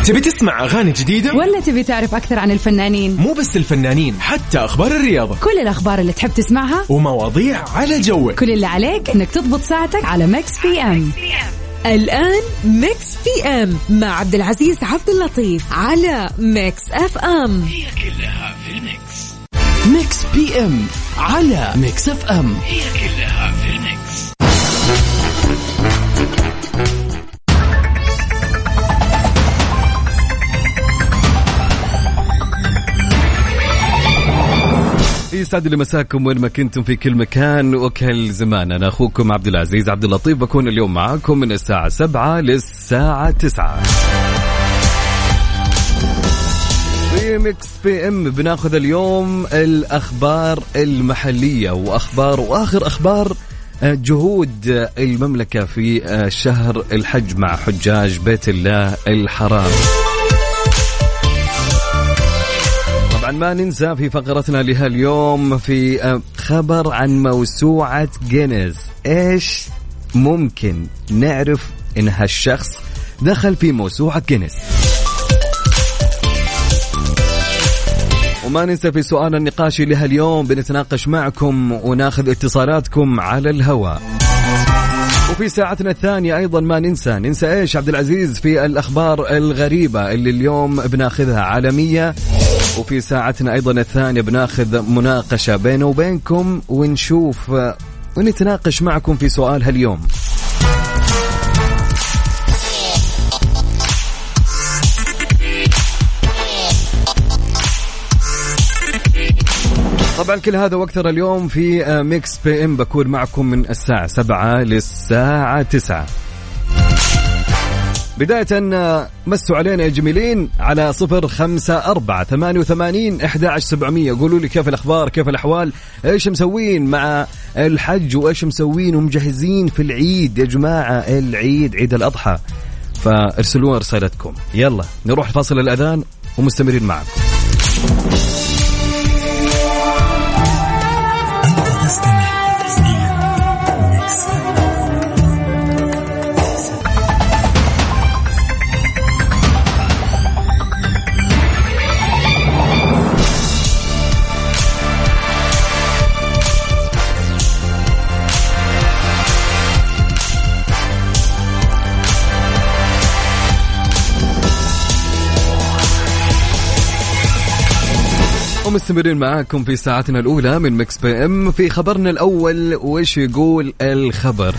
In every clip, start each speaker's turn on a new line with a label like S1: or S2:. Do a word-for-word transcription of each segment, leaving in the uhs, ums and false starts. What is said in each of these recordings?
S1: تبي تسمع أغاني جديدة
S2: ولا تبي تعرف أكثر عن الفنانين؟
S1: مو بس الفنانين، حتى أخبار الرياضة،
S2: كل الأخبار اللي تحب تسمعها
S1: ومواضيع على جوك.
S2: كل اللي عليك إنك تضبط ساعتك على ميكس بي أم.
S3: الآن ميكس بي أم مع عبد العزيز عبد اللطيف على ميكس أف أم.
S4: هي كلها في الميكس.
S1: ميكس بي أم على ميكس أف أم.
S4: هي كلها في الميكس.
S5: يسعد لي مساكم وين ما كنتم في كل مكان وكل زمان. أنا أخوكم عبد العزيز عبد اللطيف، بكون اليوم معاكم من الساعة سبعة للساعة تسعة في ميكس بي ام. بناخذ اليوم الأخبار المحلية وأخبار وآخر أخبار جهود المملكة في شهر الحج مع حجاج بيت الله الحرام. طبعا ما ننسى في فقرتنا لها اليوم في خبر عن موسوعة جينيز. ايش ممكن نعرف ان هالشخص دخل في موسوعة جينيز؟ وما ننسى في سؤال النقاشي لها اليوم بنتناقش معكم وناخذ اتصالاتكم على الهواء. وفي ساعتنا الثانية أيضا ما ننسى ننسى إيش عبد العزيز في الأخبار الغريبة اللي اليوم بناخذها عالمية. وفي ساعتنا أيضا الثانية بناخذ مناقشة بينه وبينكم ونشوف ونتناقش معكم في سؤال هاليوم. طبعا كل هذا واكثر اليوم في ميكس بي ام. بكون معكم من الساعة سبعة للساعة تسعة. بداية مسوا علينا يا جميلين على صفر خمسة أربعة ثمانية وثمانين أحد عشر سبعمية. قولوا لي كيف الأخبار، كيف الأحوال، إيش مسوين مع الحج وإيش مسوين ومجهزين في العيد يا جماعة. العيد عيد الأضحى، فارسلوا رسالتكم. يلا نروح فاصل الأذان ومستمرين معكم. ومستمرين معاكم في ساعتنا الأولى من ميكس بي ام. في خبرنا الأول وإيش يقول الخبر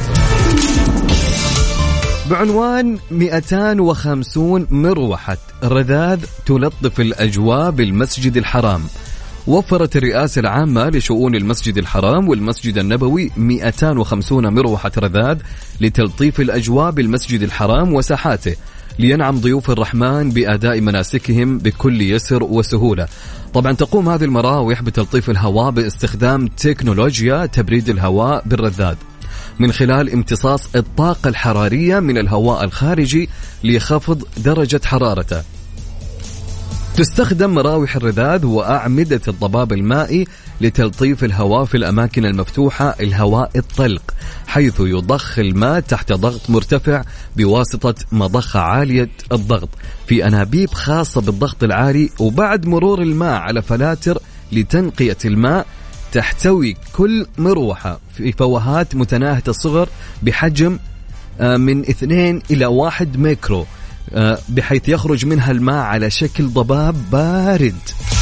S5: بعنوان مئتين وخمسين مروحة رذاذ تلطف الأجواء بالمسجد الحرام. وفرت الرئاسة العامة لشؤون المسجد الحرام والمسجد النبوي مئتين وخمسين مروحة رذاذ لتلطيف الأجواء بالمسجد الحرام وساحاته، لينعم ضيوف الرحمن بأداء مناسكهم بكل يسر وسهولة. طبعا تقوم هذه المراوح بتلطيف الهواء باستخدام تكنولوجيا تبريد الهواء بالرذاذ من خلال امتصاص الطاقة الحرارية من الهواء الخارجي لخفض درجة حرارته. تستخدم مراوح الرذاذ وأعمدة الضباب المائي لتلطيف الهواء في الأماكن المفتوحة الهواء الطلق، حيث يضخ الماء تحت ضغط مرتفع بواسطة مضخة عالية الضغط في أنابيب خاصة بالضغط العالي. وبعد مرور الماء على فلاتر لتنقية الماء، تحتوي كل مروحة في فوهات متناهية الصغر بحجم من اثنين إلى واحد ميكرو، بحيث يخرج منها الماء على شكل ضباب بارد.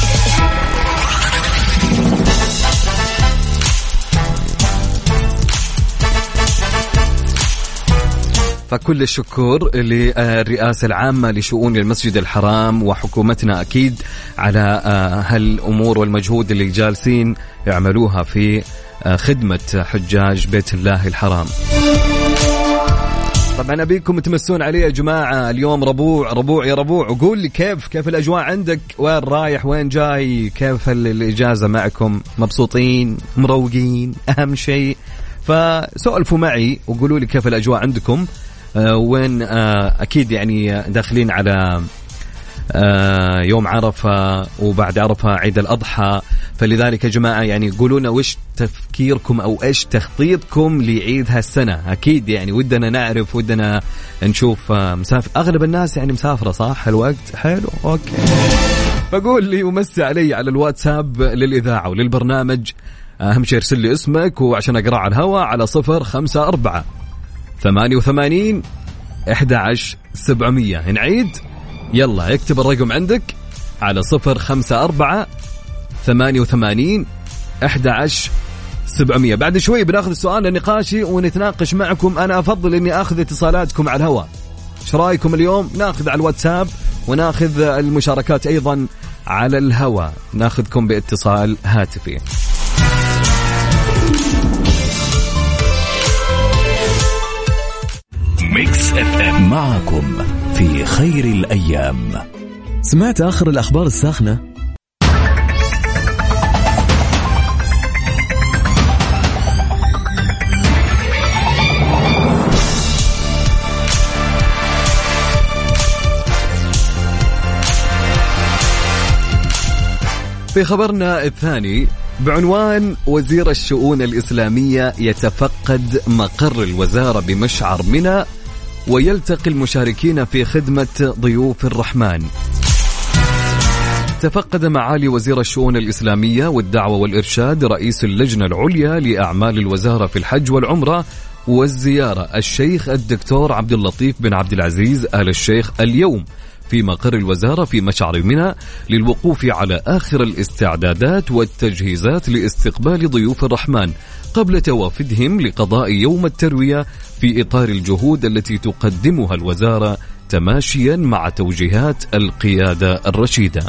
S5: فكل الشكر للرئاسة العامة لشؤون المسجد الحرام وحكومتنا أكيد على هالأمور والمجهود اللي جالسين يعملوها في خدمة حجاج بيت الله الحرام. طبعا أبيكم تمسون عليه يا جماعة. اليوم ربوع ربوع يا ربوع، وقول لي كيف كيف الأجواء عندك، وين رايح وين جاي، كيف الإجازة معكم، مبسوطين مروقين؟ أهم شيء فسولفوا معي وقولوا لي كيف الأجواء عندكم. آه وين آه أكيد يعني داخلين على آه يوم عرفة وبعد عرفة عيد الأضحى. فلذلك يا جماعة يعني قولونا وش تفكيركم أو إيش تخطيطكم لعيد هالسنة. أكيد يعني ودنا نعرف، ودنا نشوف آه مسافر. أغلب الناس يعني مسافرة صح الوقت حلو. أوكي فقول لي ومسي علي على الواتساب للإذاعة وللبرنامج. أهم شيء ارسل لي اسمك وعشان أقرأ على الهواء على صفر خمسة أربعة ثمانية وثمانين أحد عشر سبعمية. نعيد يلا اكتب الرقم عندك على صفر خمسة أربعة ثمانية وثمانين أحد عشر سبعمية. بعد شوي بناخذ السؤال النقاشي ونتناقش معكم. أنا أفضل إني أخذ اتصالاتكم على الهواء. إيش رأيكم اليوم ناخذ على الواتساب وناخذ المشاركات أيضا على الهواء، ناخذكم باتصال هاتفي.
S1: ميكس اف ام معكم في خير الأيام. سمعت آخر الأخبار الساخنة؟
S5: في خبرنا الثاني بعنوان وزير الشؤون الإسلامية يتفقد مقر الوزارة بمشعر منى ويلتقي المشاركين في خدمة ضيوف الرحمن. تفقد معالي وزير الشؤون الإسلامية والدعوة والإرشاد رئيس اللجنة العليا لأعمال الوزارة في الحج والعمرة والزيارة الشيخ الدكتور عبد اللطيف بن عبد العزيز آل الشيخ اليوم في مقر الوزارة في مشعر منى للوقوف على آخر الاستعدادات والتجهيزات لاستقبال ضيوف الرحمن قبل توافدهم لقضاء يوم التروية في إطار الجهود التي تقدمها الوزارة تماشيا مع توجيهات القيادة الرشيدة.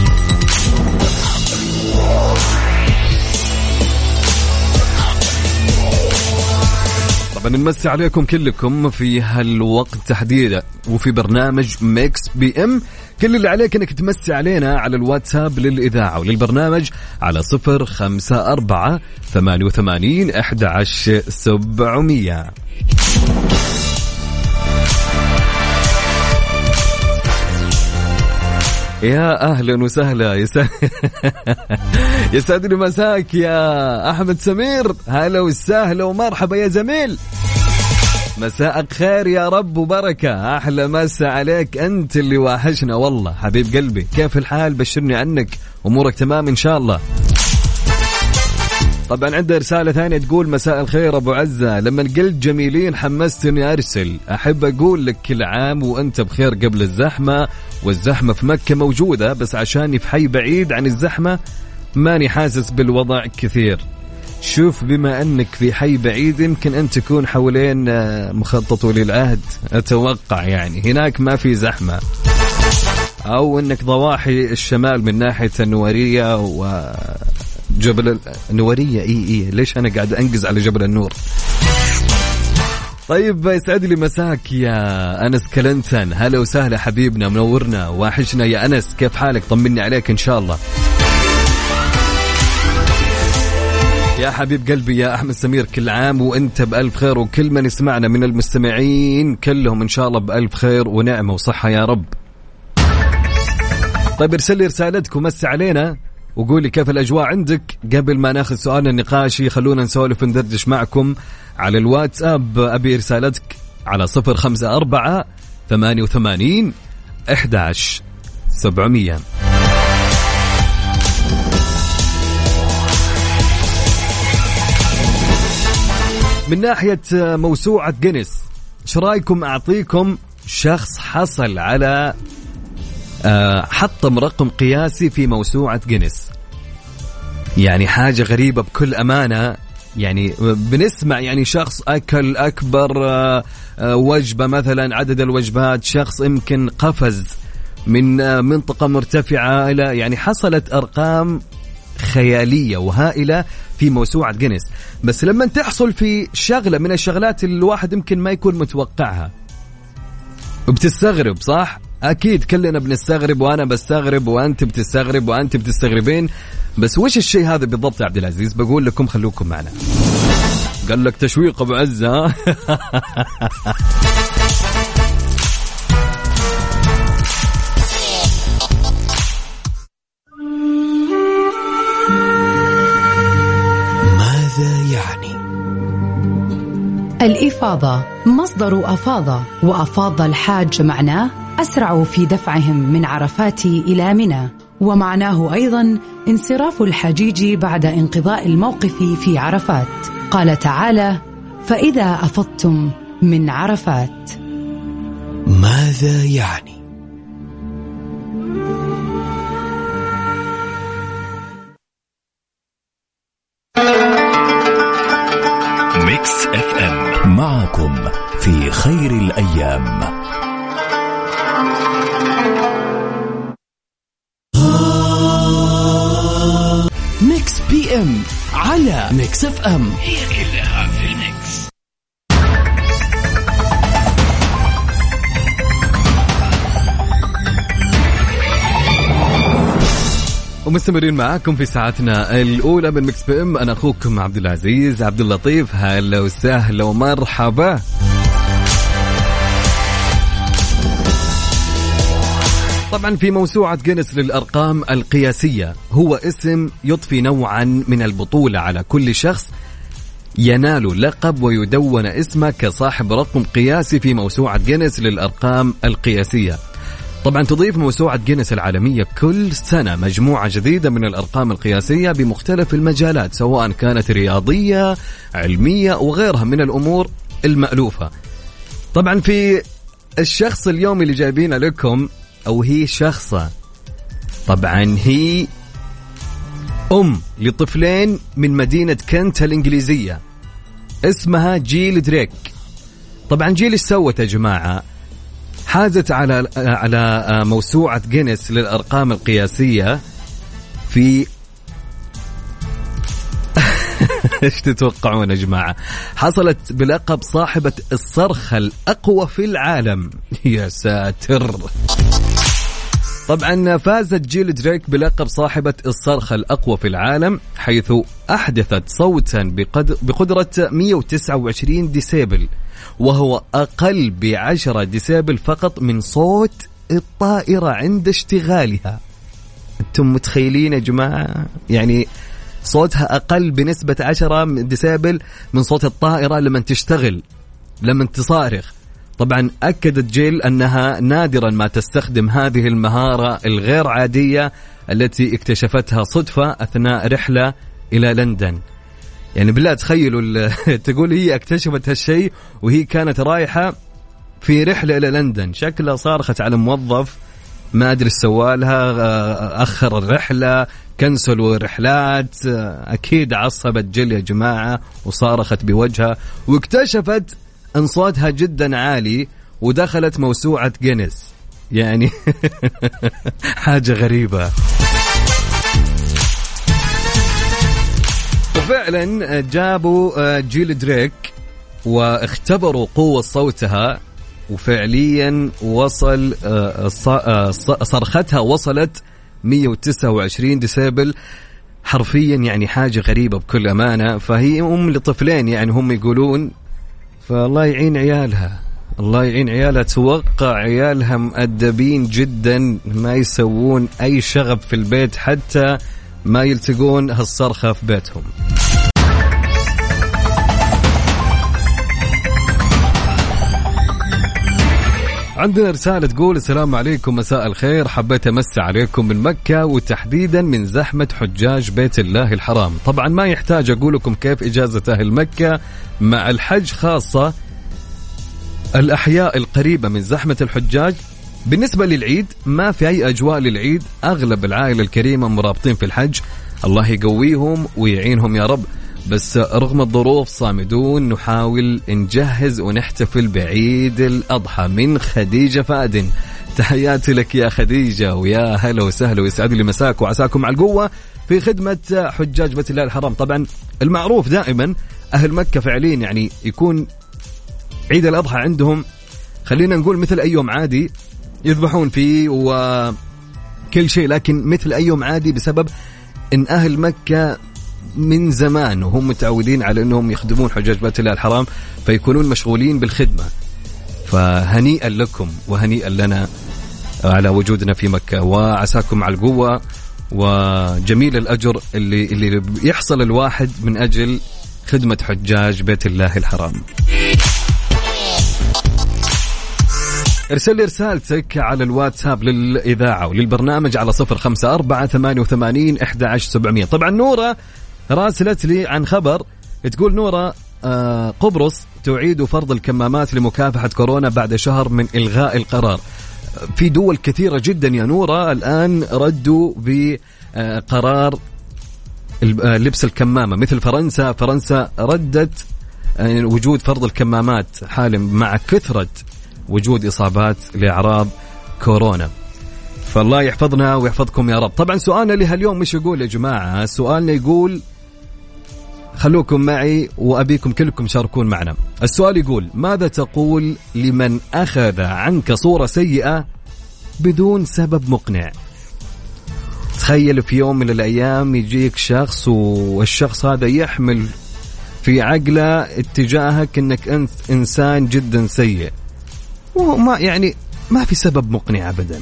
S5: نمسي عليكم كلكم في هالوقت تحديدا وفي برنامج ميكس بي ام. كل اللي عليك انك تمسي علينا على الواتساب للإذاعة وللبرنامج على صفر خمسة أربعة ثمانية وثمانين أحد عشر سبعمية. يا أهلا وسهلا يسعد يسعد لي مساك يا أحمد سمير. هلا وسهلا ومرحبا يا زميل. مساءك خير يا رب وبركة. أحلى مساء عليك، أنت اللي واحشنا والله حبيب قلبي. كيف الحال؟ بشرني عنك، أمورك تمام إن شاء الله. طبعا عندها رسالة ثانية تقول مساء الخير أبو عزة، لما قلت جميلين حمستني أرسل. أحب أقول لك كل عام وأنت بخير قبل الزحمة، والزحمة في مكة موجودة بس عشاني في حي بعيد عن الزحمة ماني حاسس بالوضع كثير. شوف بما أنك في حي بعيد يمكن أن تكون حوالين مخطط ولي العهد، أتوقع يعني هناك ما في زحمة، أو أنك ضواحي الشمال من ناحية النورية وجبل النورية. إيه إيه ليش أنا قاعد أنقز على جبل النور. طيب يسعد لي مساك يا أنس كلنتن. هلا وسهلا حبيبنا، منورنا واحشنا يا أنس. كيف حالك؟ طمني عليك إن شاء الله. يا حبيب قلبي يا أحمد سمير، كل عام وأنت بألف خير، وكل من يسمعنا من المستمعين كلهم إن شاء الله بألف خير ونعمة وصحة يا رب. طيب ارسل لي رسالتك ومس علينا وقولي كيف الأجواء عندك قبل ما ناخذ سؤالنا النقاشي. خلونا نسولف وندردش معكم على الواتساب. أبي رسالتك على صفر خمسة أربعة ثمانية وثمانين أحد عشر سبعمية. من ناحية موسوعة جينيس، ايش رايكم أعطيكم شخص حصل على حطم رقم قياسي في موسوعة جينيس؟ يعني حاجة غريبة بكل أمانة. يعني بنسمع يعني شخص أكل أكبر وجبة مثلا، عدد الوجبات، شخص يمكن قفز من منطقة مرتفعة إلى، يعني حصلت أرقام خيالية وهائلة في موسوعة جينيس. بس لما تحصل في شغلة من الشغلات اللي الواحد يمكن ما يكون متوقعها وبتستغرب، صح؟ أكيد كلنا بنستغرب، وأنا بستغرب وأنت بتستغرب وأنت بتستغربين. بس وش الشيء هذا بالضبط يا عبد العزيز؟ بقول لكم خلوكم معنا. قال لك تشويق أبو عزة.
S2: الإفاضة مصدر أفاضة، وأفاض الحاج معناه أسرعوا في دفعهم من عرفات إلى منى، ومعناه أيضا انصراف الحجيج بعد انقضاء الموقف في عرفات. قال تعالى: فإذا أفضتم من عرفات.
S1: ماذا يعني؟ ميكس اف ام معكم في خير الأيام. ميكس بي ام على ميكس اف ام،
S4: هي كلها في الميكس.
S5: ومستمرين معاكم في ساعتنا الأولى من ميكس بي ام. أنا أخوكم عبد العزيز عبد اللطيف. هلا وسهلا ومرحبا. طبعا في موسوعة جينيس للأرقام القياسية، هو اسم يضفي نوعا من البطولة على كل شخص ينال لقب ويدون اسمه كصاحب رقم قياسي في موسوعة جينيس للأرقام القياسية. طبعا تضيف موسوعة جينيس العالمية كل سنة مجموعة جديدة من الأرقام القياسية بمختلف المجالات، سواء كانت رياضية، علمية وغيرها من الأمور المألوفة. طبعا في الشخص اليومي اللي جايبينه لكم، أو هي شخصة، طبعا هي أم لطفلين من مدينة كنت الإنجليزية، اسمها جيل دريك. طبعا جيل ايش سوت يا جماعة؟ حازت على على موسوعة جينيس للأرقام القياسية في ايش تتوقعون يا جماعة؟ حصلت بلقب صاحبة الصرخة الأقوى في العالم. يا ساتر. طبعا فازت جيل دريك بلقب صاحبة الصرخة الأقوى في العالم، حيث أحدثت صوتا بقدرة مئة وتسعة وعشرين ديسيبل، وهو أقل بعشرة ديسيبل فقط من صوت الطائرة عند اشتغالها. أنتم متخيلين يا جماعة؟ يعني صوتها أقل بنسبة عشرة ديسيبل من صوت الطائرة لما تشتغل، لما تصارخ. طبعا أكدت جيل أنها نادرا ما تستخدم هذه المهارة الغير عادية التي اكتشفتها صدفة أثناء رحلة إلى لندن. يعني بالله تخيلوا تقول هي اكتشفت هالشيء وهي كانت رايحة في رحلة إلى لندن، شكلها صارخت على موظف ما أدري سوالها، أخر الرحلة، كنسلوا رحلات، أكيد عصبت جيل يا جماعة وصارخت بوجهها، واكتشفت أن صوتها جدا عالي ودخلت موسوعة جينيس. يعني حاجة غريبة. وفعلا جابوا جيل دريك واختبروا قوة صوتها، وفعليا وصل صرختها وصلت مئة وتسعة وعشرين ديسيبل حرفيا. يعني حاجة غريبة بكل أمانة. فهي أم لطفلين يعني هم يقولون، فالله يعين عيالها، الله يعين عيالها. توقع عيالها مؤدبين جدا، ما يسوون أي شغب في البيت حتى ما يلتقون هالصرخة في بيتهم. عندنا رسالة تقول: السلام عليكم، مساء الخير، حبيت أمسي عليكم من مكة وتحديدا من زحمة حجاج بيت الله الحرام. طبعا ما يحتاج أقول لكم كيف إجازة أهل مكة مع الحج، خاصة الأحياء القريبة من زحمة الحجاج. بالنسبة للعيد ما في أي أجواء للعيد، أغلب العائلة الكريمة مرابطين في الحج، الله يقويهم ويعينهم يا رب. بس رغم الظروف صامدون، نحاول نجهز ونحتفل بعيد الأضحى. من خديجة فادن. تحياتي لك يا خديجة، ويا هلا وسهلا ويسعد لي مساك وعساكم على القوة في خدمة حجاج بيت الله الحرام. طبعا المعروف دائما أهل مكة فعليا يعني يكون عيد الأضحى عندهم خلينا نقول مثل أي يوم عادي يذبحون فيه وكل شيء، لكن مثل أي يوم عادي بسبب إن أهل مكة من زمان وهم متعودين على أنهم يخدمون حجاج بيت الله الحرام، فيكونون مشغولين بالخدمة. فهنيئا لكم وهنيئا لنا على وجودنا في مكة، وعساكم على القوة وجميل الأجر اللي اللي يحصل الواحد من أجل خدمة حجاج بيت الله الحرام. ارسل لي رسالتك على الواتساب للإذاعة وللبرنامج على صفر خمسة أربعة ثمانية وثمانين أحد عشر سبعمية. طبعا نورة راسلت لي عن خبر، تقول نورة آه قبرص تعيد فرض الكمامات لمكافحة كورونا بعد شهر من إلغاء القرار. في دول كثيرة جدا يا نورة الآن ردوا بقرار لبس الكمامة، مثل فرنسا. فرنسا ردت وجود فرض الكمامات حالا مع كثرة وجود إصابات لأعراض كورونا. فالله يحفظنا ويحفظكم يا رب. طبعا سؤالنا لهاليوم مش يقول يا جماعة، سؤالنا يقول خلوكم معي وأبيكم كلكم شاركون معنا. السؤال يقول ماذا تقول لمن أخذ عنك صورة سيئة بدون سبب مقنع؟ تخيل في يوم من الأيام يجيك شخص والشخص هذا يحمل في عقله اتجاهك أنك أنت إنسان جدا سيء وما يعني ما في سبب مقنع أبدا.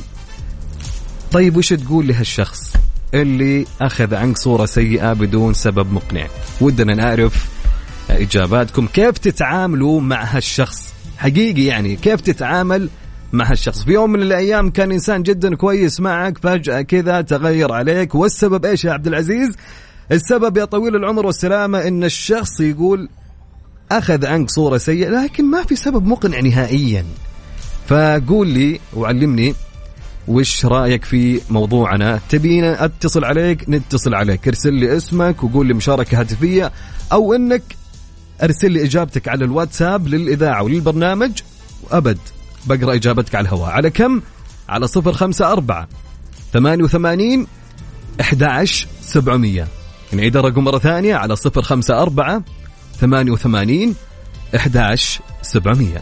S5: طيب وش تقول لهالشخص اللي أخذ عنك صورة سيئة بدون سبب مقنع؟ ودنا نعرف إجاباتكم. كيف تتعاملوا مع هالشخص حقيقي؟ يعني كيف تتعامل مع هالشخص؟ في يوم من الأيام كان إنسان جدا كويس معك، فجأة كذا تغير عليك، والسبب إيش يا عبد العزيز؟ السبب يا طويل العمر والسلامة إن الشخص يقول أخذ عنك صورة سيئة لكن ما في سبب مقنع نهائيا. فقول لي وعلمني وش رأيك في موضوعنا؟ تبينا اتصل عليك نتصل عليك، ارسل لي اسمك وقول لي مشاركة هاتفية، أو إنك ارسل لي إجابتك على الواتساب للإذاعة وللبرنامج وأبد بقرأ إجابتك على الهواء. على كم؟ على صفر خمسة أربعة ثمانية وثمانين أحد عشر سبعمية. نعيد الرقم مرة ثانية على صفر خمسة أربعة ثمانية وثمانين أحد عشر سبعمية.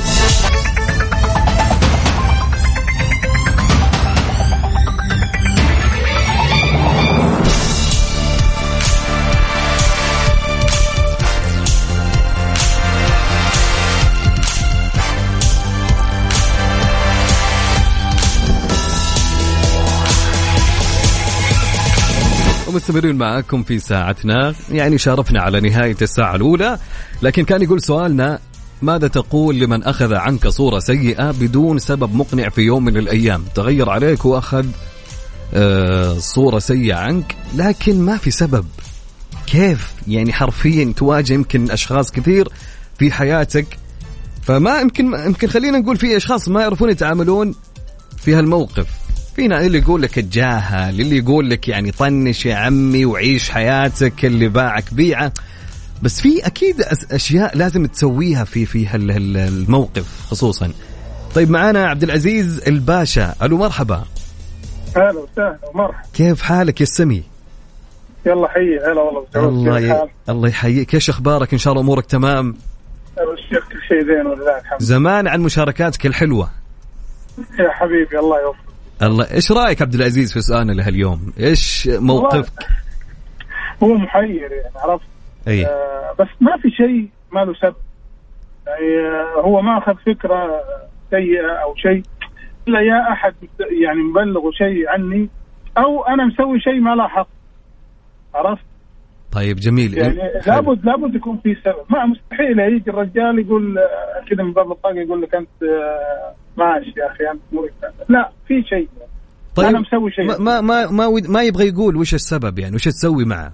S5: مستمرين معاكم في ساعتنا، يعني شارفنا على نهاية الساعة الأولى، لكن كان يقول سؤالنا ماذا تقول لمن أخذ عنك صورة سيئة بدون سبب مقنع في يوم من الأيام؟ تغير عليك وأخذ آه صورة سيئة عنك لكن ما في سبب. كيف يعني حرفيا تواجه يمكن أشخاص كثير في حياتك، فما يمكن يمكن خلينا نقول في أشخاص ما يعرفون يتعاملون في هالموقف. فينا اللي يقول لك اتجاهل، اللي يقول لك يعني طنش يا عمي وعيش حياتك، اللي باعك بيعه. بس في أكيد أشياء لازم تسويها في في هالموقف خصوصا. طيب معانا عبد العزيز الباشا. ألو مرحبا.
S6: هلا وسهلا ومرحبا.
S5: كيف حالك يا السمي؟
S6: يلا حي. هلا والله.
S5: الله ي... الله يحييك. ايش اخبارك؟ ان شاء الله امورك تمام؟
S6: ابشر كل شيء زين ولله الحمد.
S5: زمان عن مشاركاتك الحلوه
S6: يا حبيبي. الله يوفقك.
S5: الله. ايش رايك عبد العزيز في سؤالنا لهاليوم؟ ايش موقفك؟
S6: هو محير يعني، عرفت؟
S5: أي.
S6: آه بس ما في شيء ما له سبب يعني. آه هو ما اخذ فكره سيئه او شيء، الا يا احد يعني مبلغه شيء عني او انا مسوي شيء ما له حق، عرفت؟
S5: طيب جميل.
S6: يعني لابد لابد يكون في سبب. ما مستحيل يجي الرجال يقول كذا من باب الطاقه يقول لك انت ماشي يا اخي انت مريض. لا في شيء.
S5: طيب
S6: انا مسوي شيء.
S5: ما ما ما ما يبغى يقول وش السبب يعني، وش تسوي معه؟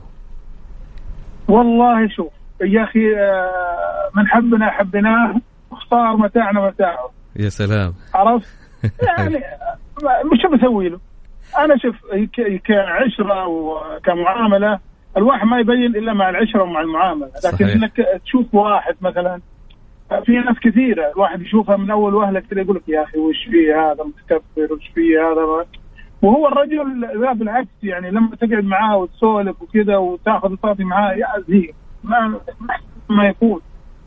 S6: والله شوف يا اخي، من حبنا حبناه واختار متاعنا متاعه.
S5: يا سلام.
S6: عرفت يعني مش بسوي له انا. شوف كعشره وكمعامله الواحد ما يبين إلا مع العشرة ومع المعاملة، لكن صحيح. إنك تشوف واحد مثلا، في ناس كثيرة الواحد يشوفها من أول وهلة كده يقولك يا أخي وش فيه هذا متكبر، وش فيه هذا، وهو الرجل لا بالعكس يعني لما تقعد معاه وتسولف وكذا وتأخذ وتعطي معاه يعزيه ما ما يكون.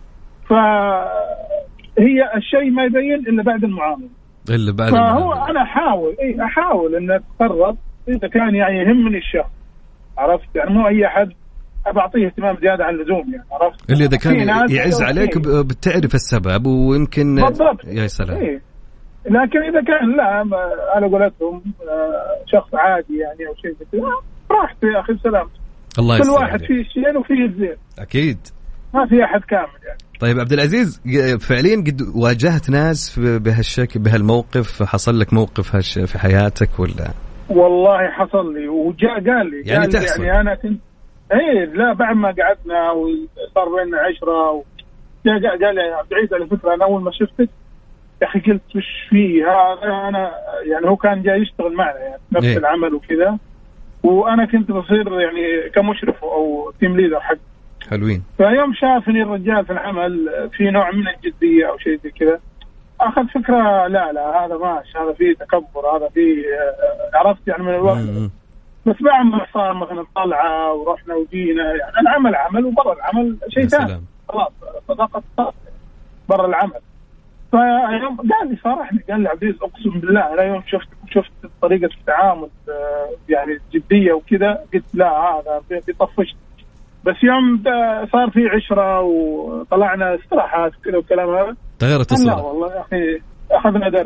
S6: فهي الشيء ما يبين إلا بعد المعاملة.
S5: إلا بعد
S6: فهو
S5: المعاملة.
S6: أنا أحاول إيه أحاول إن أتقرب إذا كان يعني يهمني الشخص، عرفت يعني مو أي أحد أبعطيه اهتمام زيادة عن اللزوم يعني، عرفت؟
S5: اللي إذا كان يعز عليك بتعرف السبب ويمكن
S6: بالضبط.
S5: يا سلام.
S6: إيه. لكن إذا كان لا أنا قلتهم شخص عادي يعني أو شيء كذا راحت يا أخي سلام.
S5: الله
S6: كل واحد فيه الشين وفيه الزين
S5: اكيد
S6: ما في احد كامل يعني.
S5: طيب عبد العزيز فعليا قد واجهت ناس بهالشكل بهالموقف؟ حصل لك موقف هش في حياتك ولا؟
S6: والله حصل لي وجاء قال لي
S5: يعني
S6: قال
S5: تحصل
S6: يعني انا كنت ايه لا بعد ما قعدنا وصار بيننا عشره و... قال لي يا عبد العزيز على فكره انا اول ما شفتك يا اخي قلت وش فيه هذا انا يعني هو كان جاي يشتغل معنا يعني نفس إيه؟ العمل وكذا وانا كنت بصير يعني كمشرف او تيم ليدر حق
S5: حلوين.
S6: فيوم شافني الرجال في العمل في نوع من الجديه او شيء زي كذا اخذ فكره لا لا هذا ماشي هذا فيه تكبر هذا فيه عرفت يعني من الوقت. بس بعد ما صار مثلا طلعه ورحنا وجينا يعني العمل عمل وبرا العمل شيء ثاني خلاص صداقه برا العمل. فيوم قال لي صراحة قال لي عبد العزيز اقسم بالله انا يوم شفت شفت طريقه التعامل يعني جديه وكذا قلت لا هذا بيطفش. بس يوم صار في عشره وطلعنا استراحات كذا والكلام هذا
S5: تغيرت الصورة.
S6: لا والله يا اخي اخذنا درس.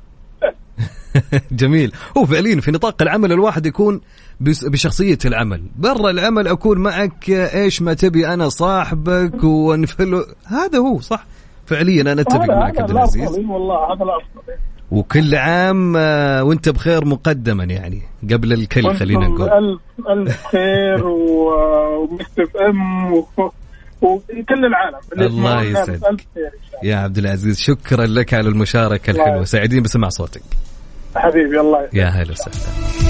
S5: جميل. هو فعليا في نطاق العمل الواحد يكون بشخصية العمل، برا العمل أكون معك إيش ما تبي أنا صاحبك ونفل هذا هو صح فعليا. أنا أتفق معك عبد العزيز
S6: والله هذا الأفضل.
S5: وكل عام وانت بخير مقدما يعني قبل الكل خلينا نقول
S6: ألف ألف خير ومستف أم وكل العالم.
S5: الله يسعدك يا عبد العزيز. شكرا لك على المشاركة الحلوة سعيدين بسمع صوتك
S6: حبيبي. الله يسعدك.
S5: يا هلا وسهلا.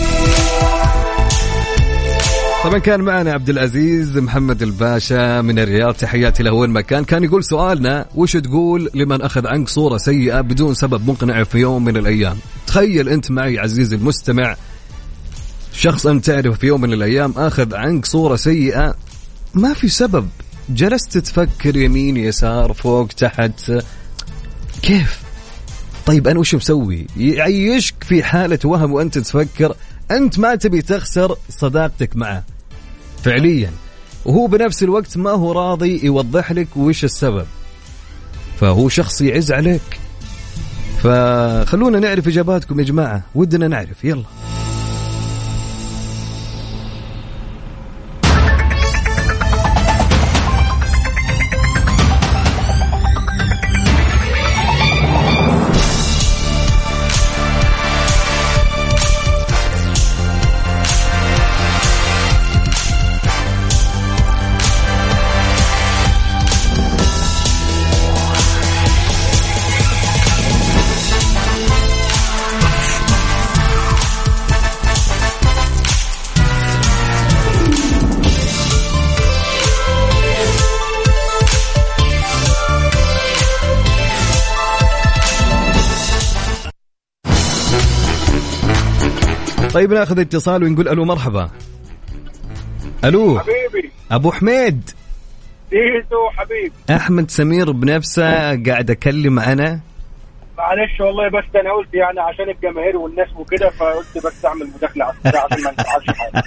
S5: طبعا كان معنا عبد العزيز محمد الباشا من الرياض تحياتي له وين ما كان. كان يقول سؤالنا وش تقول لمن أخذ عنك صورة سيئة بدون سبب مقنع في يوم من الأيام؟ تخيل أنت معي عزيزي المستمع شخص أنت تعرف في يوم من الأيام أخذ عنك صورة سيئة ما في سبب، جلست تفكر يمين يسار فوق تحت كيف؟ طيب أنا وش مسوي؟ يعيشك في حالة وهم وأنت تفكر أنت ما تبي تخسر صداقتك معه فعليا وهو بنفس الوقت ما هو راضي يوضح لك وش السبب، فهو شخص يعز عليك. فخلونا نعرف إجاباتكم يا جماعة ودنا نعرف. يلا طيب ناخذ اتصال ونقول الو مرحبا. الو
S7: حبيبي
S5: ابو حميد.
S7: ديتو حبيبي
S5: احمد سمير بنفسه قاعد اكلم انا.
S7: معلش والله بس انا قلت يعني عشان الجماهير والناس وكده فقلت بس اعمل مداخله عشان ما نزعلش حاجه.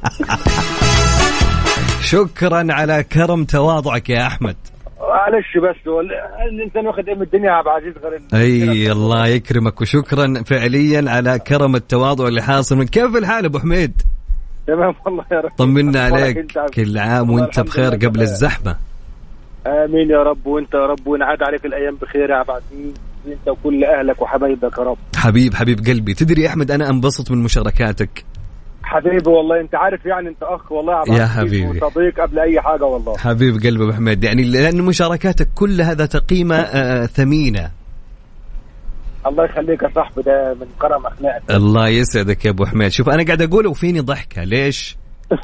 S5: شكرا على كرم تواضعك يا احمد.
S7: معلش بس الانسان واخد ايه من الدنيا يا عبد العزيز غير
S5: اي الله يكرمك وشكرا فعليا على كرم التواضع اللي حاصل. من كيف الحال ابو حميد؟
S7: تمام والله يا رب.
S5: طمنا عليك كل عام وانت بخير قبل الزحمه.
S7: امين يا رب وانت يا رب ونعاد عليك الايام بخير يا عبد العزيز انت وكل اهلك وحبايبك يا رب.
S5: حبيب حبيب قلبي. تدري يا احمد انا انبسط من مشاركاتك
S7: حبيبي والله انت عارف يعني انت اخ والله
S5: يا حبيبي
S7: وصديق قبل اي حاجه والله
S5: حبيب قلبي ابو حميد يعني لان مشاركاتك كلها ذات قيمه آه ثمينه.
S7: الله يخليك يا صاحبي ده من كرم اخلاقك.
S5: الله يسعدك يا ابو حميد. شوف انا قاعد اقوله وفيني ضحكه ليش؟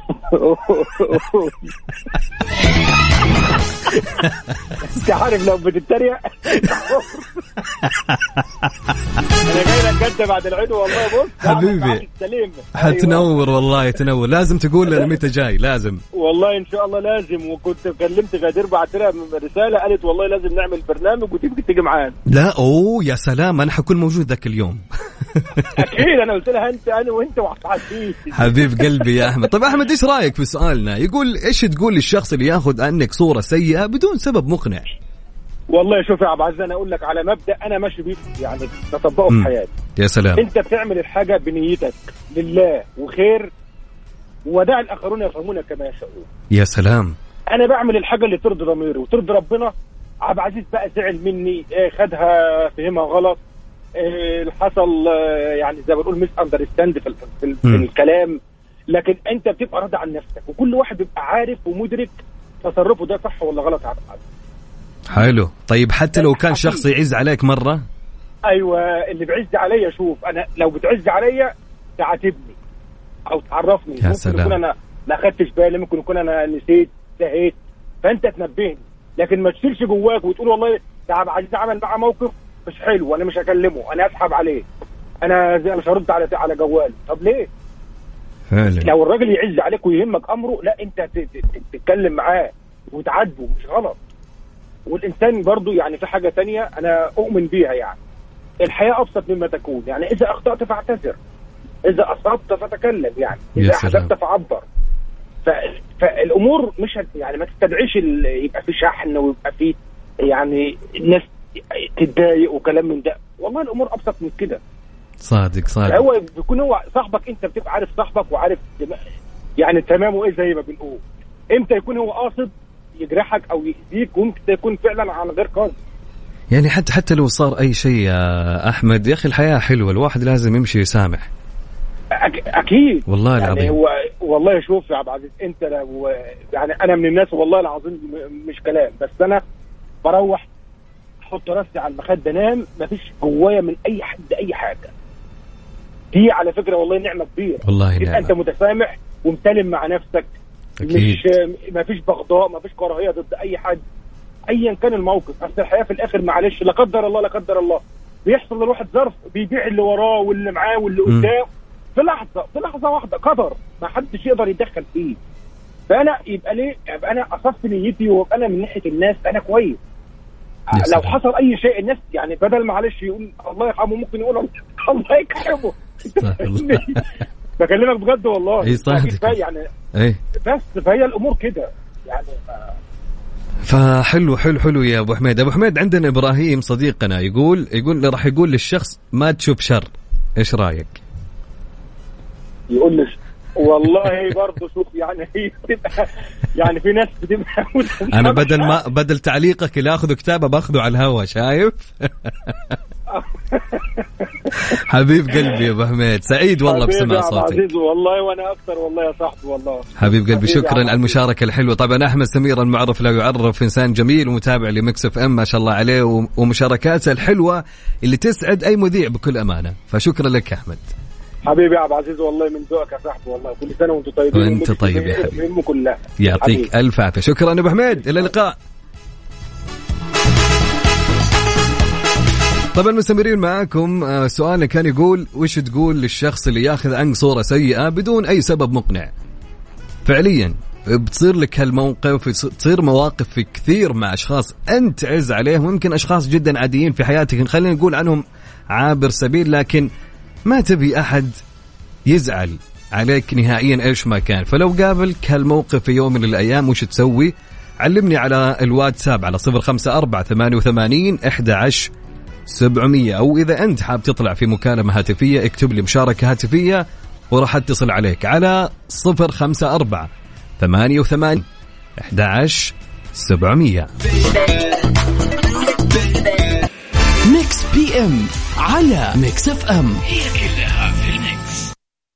S7: انت عارف لو بتتريق انا جاي لك انت بعد العيد والله. بص
S5: حبيبي حتنور والله تنور. لازم تقول لنا متى جاي لازم
S7: والله ان شاء الله لازم. وكنت كلمت غدير بعت لها رساله قالت والله لازم نعمل برنامج وتيجي تيجي معانا.
S5: لا اوه يا سلام انا حكون موجود ذاك اليوم.
S7: اكيد انا قلت لها انت انا وانت وحصحتي.
S5: حبيب قلبي يا احمد. طيب احمد ايش رايك في سؤالنا؟ يقول ايش تقول للشخص اللي ياخذ عنك صوره سيئه بدون سبب مقنع؟
S7: والله شوف يا عبد العزيز انا اقول لك على مبدا انا ماشي بيه يعني بطبقه في حياتي.
S5: يا سلام.
S7: انت بتعمل الحاجه بنيتك لله وخير ودع الاخرون يفهمون كما يشاءون.
S5: يا سلام.
S7: انا بعمل الحاجه اللي ترضي ضميري وترضي ربنا. عبد العزيز بقى زعل مني، إيه خدها فهمها غلط، إيه حصل يعني زي ما بنقول ميس اندرستاند في, في, في الكلام، لكن انت بتبقى راضي عن نفسك وكل واحد بيبقى عارف ومدرك تصرفه ده صح ولا غلط. عبد العزيز
S5: حلو. طيب حتى لو كان شخص يعز عليك مره؟
S7: ايوه اللي بيعز عليا، شوف انا لو بتعز عليا تعاتبني او تعرفني،
S5: ممكن
S7: سلام. يكون انا ما خدتش بالي، ممكن يكون انا نسيت سهيت، فانت تنبهني، لكن ما تشيلش جواك وتقول والله ده عبد العزيز عمل معاه موقف مش حلو وانا مش هكلمه، انا اسحب عليه، انا زي مش هرد على على جواله. طب ليه؟
S5: فعلا.
S7: لو الراجل يعز عليك ويهمك امره، لا انت تتكلم معاه وتعاتبه، مش غلط. والانسان برضو يعني في حاجه تانية انا اؤمن بيها، يعني الحياه ابسط مما تكون، يعني اذا اخطات فاعتذر، اذا اصبت فتكلم، يعني اذا حدثت فعبر. فالامور مش يعني ما تستدعيش يبقى في شحن ويبقى في يعني الناس تتضايق وكلام من ده. والله الامور ابسط من كده.
S5: صادق صادق.
S7: هو بيكون هو صاحبك، انت بتبقى عارف صاحبك وعارف يعني تمامه ايه زي ما بنقول. امتى يكون هو قاصد يجرحك او يأذيك، وممكن يكون فعلا عن غير قصد.
S5: يعني حتى حتى لو صار اي شيء يا احمد يا اخي الحياه حلوه، الواحد لازم يمشي يسامح.
S7: اكيد
S5: والله
S7: يعني
S5: العظيم.
S7: هو والله شوف يا عبد العزيز، انت لو يعني انا من الناس والله العظيم مش كلام، بس انا بروح احط راسي على المخده انام، مفيش جوايا من اي حد اي حاجه. دي على فكره والله نعمه كبيره.
S5: والله نعمه.
S7: انت متسامح ومسالم مع نفسك.
S5: أكيد.
S7: مش مفيش بغضاء، مفيش كراهيه ضد اي حد ايا كان الموقف. اصل الحياه في الاخر معلش لا قدر الله لا قدر الله بيحصل للواحد ظرف بيبيع اللي وراه واللي معاه واللي قدامه في لحظه في لحظه واحده، قدر ما حدش يقدر يتدخل فيه. فانا يبقى ليه يبقى انا اصفت نيتي وابقى انا من ناحيه الناس انا كويس. لو حصل اي شيء الناس يعني بدل معلش يقول الله يرحمه ممكن يقول الله يكرمه. بكلمك بجد والله.
S5: اي صادق
S7: يعني
S5: ايه
S7: بس فهي الامور كده يعني.
S5: فحلو حلو حلو يا ابو حميد. ابو حميد عندنا ابراهيم صديقنا يقول يقول راح يقول للشخص ما تشوف شر، ايش رايك؟
S7: يقول لي والله برضه شوف يعني هي بتبقى يعني في ناس بتبقى
S5: انا بدل ما بدل تعليقك اللي اخذه كتابه باخذه على الهوا، شايف؟ حبيب قلبي يا ابو حميد، سعيد والله بسمع صوتك.
S7: عزيز والله وانا اكثر والله يا صاحبي والله.
S5: حبيب قلبي شكرا على المشاركه الحلوه. طبعا احمد سمير المعرف لا يعرف، انسان جميل ومتابع لمكس اف ام ما شاء الله عليه، ومشاركاته الحلوه اللي تسعد اي مذيع بكل امانه، فشكرا لك يا احمد.
S7: حبيبي يا عبد العزيز والله من ذوقك يا صاحبي والله، كل سنه وانتم طيبين.
S5: وانت طيب يا حبيبي
S7: كلها.
S5: يعطيك حبيب. الف عافيه. شكرا ابو حميد، الى اللقاء. طبعا مستمرين معاكم. سؤالنا كان يقول وش تقول للشخص اللي ياخذ عنك صوره سيئه بدون اي سبب مقنع؟ فعليا بتصير لك هالموقف، تصير مواقف في كثير مع اشخاص انت تعز عليهم، ويمكن اشخاص جدا عاديين في حياتك خلينا نقول عنهم عابر سبيل، لكن ما تبي أحد يزعل عليك نهائيا إيش ما كان. فلو قابلك هالموقف في يوم من الأيام وش تسوي؟ علمني على الواتساب على صفر خمسة أربعة ثمانية وثمانين أحد عشر سبعمية، أو إذا أنت حاب تطلع في مكالمة هاتفية اكتب لي مشاركة هاتفية وراح اتصل عليك على صفر خمسة أربعة ثمانية وثمانين أحد عشر سبعمية.
S1: ميكس بي ام على ميكس اف ام،
S4: هي كلها في الميكس.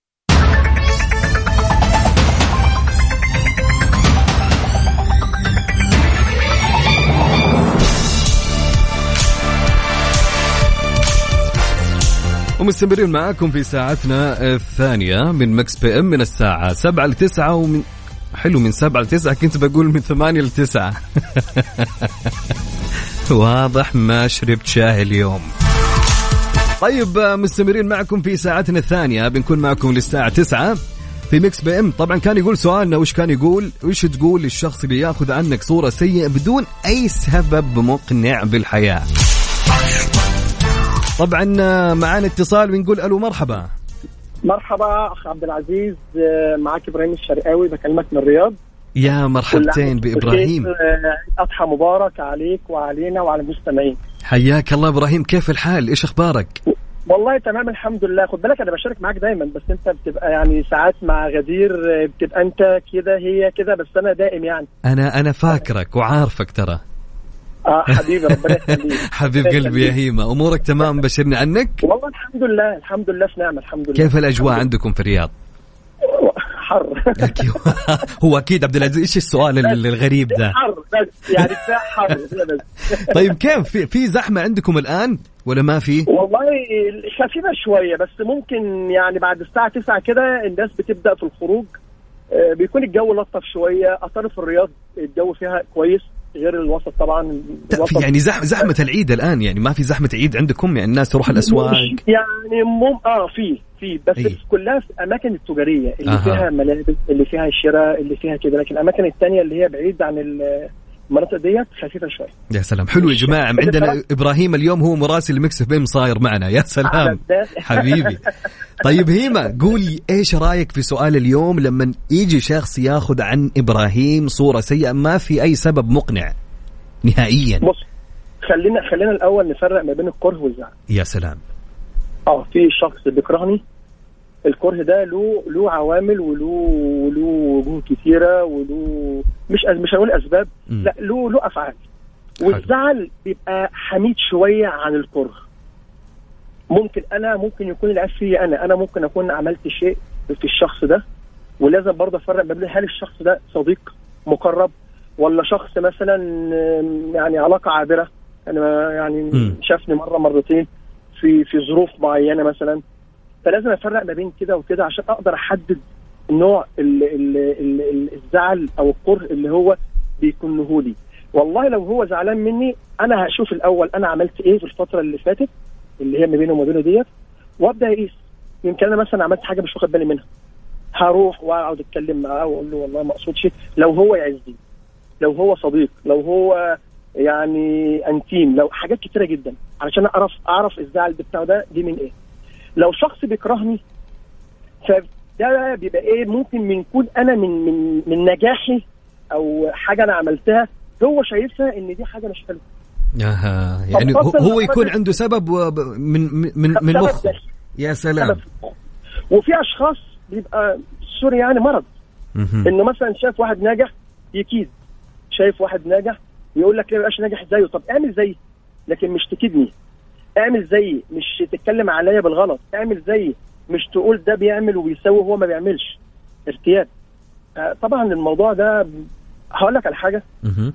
S5: ومستمرين معاكم في ساعتنا الثانية من ميكس بي ام من الساعة سبعة لتسعة، ومن حلو من سبعة لتسعة، كنت بقول من ثمانية لتسعة. واضح ما شربت شاي اليوم. طيب مستمرين معكم في ساعتنا الثانية، بنكون معكم للساعة تسعة في ميكس بي ام. طبعا كان يقول سؤالنا وش كان يقول وش تقول للشخص اللي ياخذ عنك صورة سيئة بدون أي سبب مقنع بالحياة. طبعا معانا اتصال ونقول ألو مرحبا.
S8: مرحبا أخ عبد العزيز، معك إبراهيم الشرقاوي بكلمك من الرياض.
S5: يا مرحبتين بإبراهيم.
S8: أضحى مبارك عليك وعلينا وعلى المستمعين.
S5: حياك الله إبراهيم، كيف الحال؟ إيش أخبارك؟
S8: والله تمام الحمد لله. خد بالك انا بشارك معاك دايما، بس انت بتبقى يعني ساعات مع غدير بتبقى انت كده هي كده، بس انا دائم يعني.
S5: انا انا فاكرك وعارفك ترى.
S8: اه حبيبي ربنا يخليك.
S5: حبيب قلبي يا هيمة، امورك تمام؟ بشرني عنك.
S8: والله الحمد لله الحمد لله في نعمه الحمد لله.
S5: كيف الاجواء عندكم في الرياض؟
S8: حر.
S5: هو اكيد عبد العزيز، ايش السؤال الغريب ده؟
S8: حر بس يعني بتاع حر بس.
S5: طيب كيف في في زحمه عندكم الان ولا ما في؟
S8: والله خفيفه شويه، بس ممكن يعني بعد الساعه تسعة كده الناس بتبدا في الخروج، بيكون الجو لطف شويه. اطراف الرياض الجو فيها كويس غير الوسط طبعا.
S5: الوسط يعني زحمه زحمه العيد الان، يعني ما في زحمه عيد عندكم؟ يعني الناس تروح الاسواق
S8: يعني مم اه في في بس
S5: أيه.
S8: كلها في الاماكن التجاريه اللي
S5: آه.
S8: فيها ملابس، اللي فيها شراء، اللي فيها كده، لكن الاماكن الثانيه اللي هي بعيد عن المناطق ديت خفيفه شويه.
S5: يا سلام، حلو يا جماعه. عندنا ابراهيم اليوم هو مراسل ميكس اف ام صاير معنا. يا سلام حبيبي. طيب هيمة، قولي ايش رايك في سؤال اليوم لما يجي شخص ياخذ عن ابراهيم صوره سيئه ما في اي سبب مقنع نهائيا؟
S8: بص خلينا خلينا الاول نفرق ما بين الكره والزعل.
S5: يا سلام.
S8: اه في شخص بيكرهني، الكره ده له له عوامل وله له وجوه كثيره وله مش مش هنقول اسباب، م. لا له له افعال. والزعل بيبقى حميد شويه عن الكره. ممكن انا ممكن يكون العيب فيا انا انا ممكن اكون عملت شيء في الشخص ده، ولازم برضه افرق ما بين هل الشخص ده صديق مقرب ولا شخص مثلا يعني علاقه عابره. انا يعني م. شافني مره مرتين في في ظروف معينه مثلا، فلازم افرق ما بين كده وكده عشان اقدر احدد نوع ال ال ال الزعل او الكره اللي هو بيكون لي. والله لو هو زعلان مني انا هشوف الاول انا عملت ايه في الفتره اللي فاتت اللي هي ما بينه وما بينه ديت، وابدا اقيس. يمكن انا مثلا عملت حاجه مش واخد بالي منها، هروح واقعد اتكلم معاه واقول له والله ما اقصدش. لو هو يعزني، لو هو صديق، لو هو يعني انتيم، لو حاجات كتيره جدا علشان اعرف اعرف الزعل بتاعه ده دي من ايه. لو شخص بيكرهني فده بيبقى ايه، ممكن يكون انا من من من نجاحي او حاجه انا عملتها هو شايفها ان دي حاجه مش حلوه.
S5: اها يعني هو يكون عنده سبب من من من مخه. يا سلام.
S8: وفي اشخاص بيبقى سوري يعني مرض، انه مثلا شاف واحد ناجح يكيد، شايف واحد ناجح يقول لك ليه ما بقاش ناجح زيه. طب اعمل زيي لكن مش تكيدني، اعمل زيي مش تتكلم عليا بالغلط، اعمل زيي مش تقول ده بيعمل وبيسوي وهو ما بيعملش. ارتياب. آه طبعا الموضوع ده هقول لك على حاجه، ال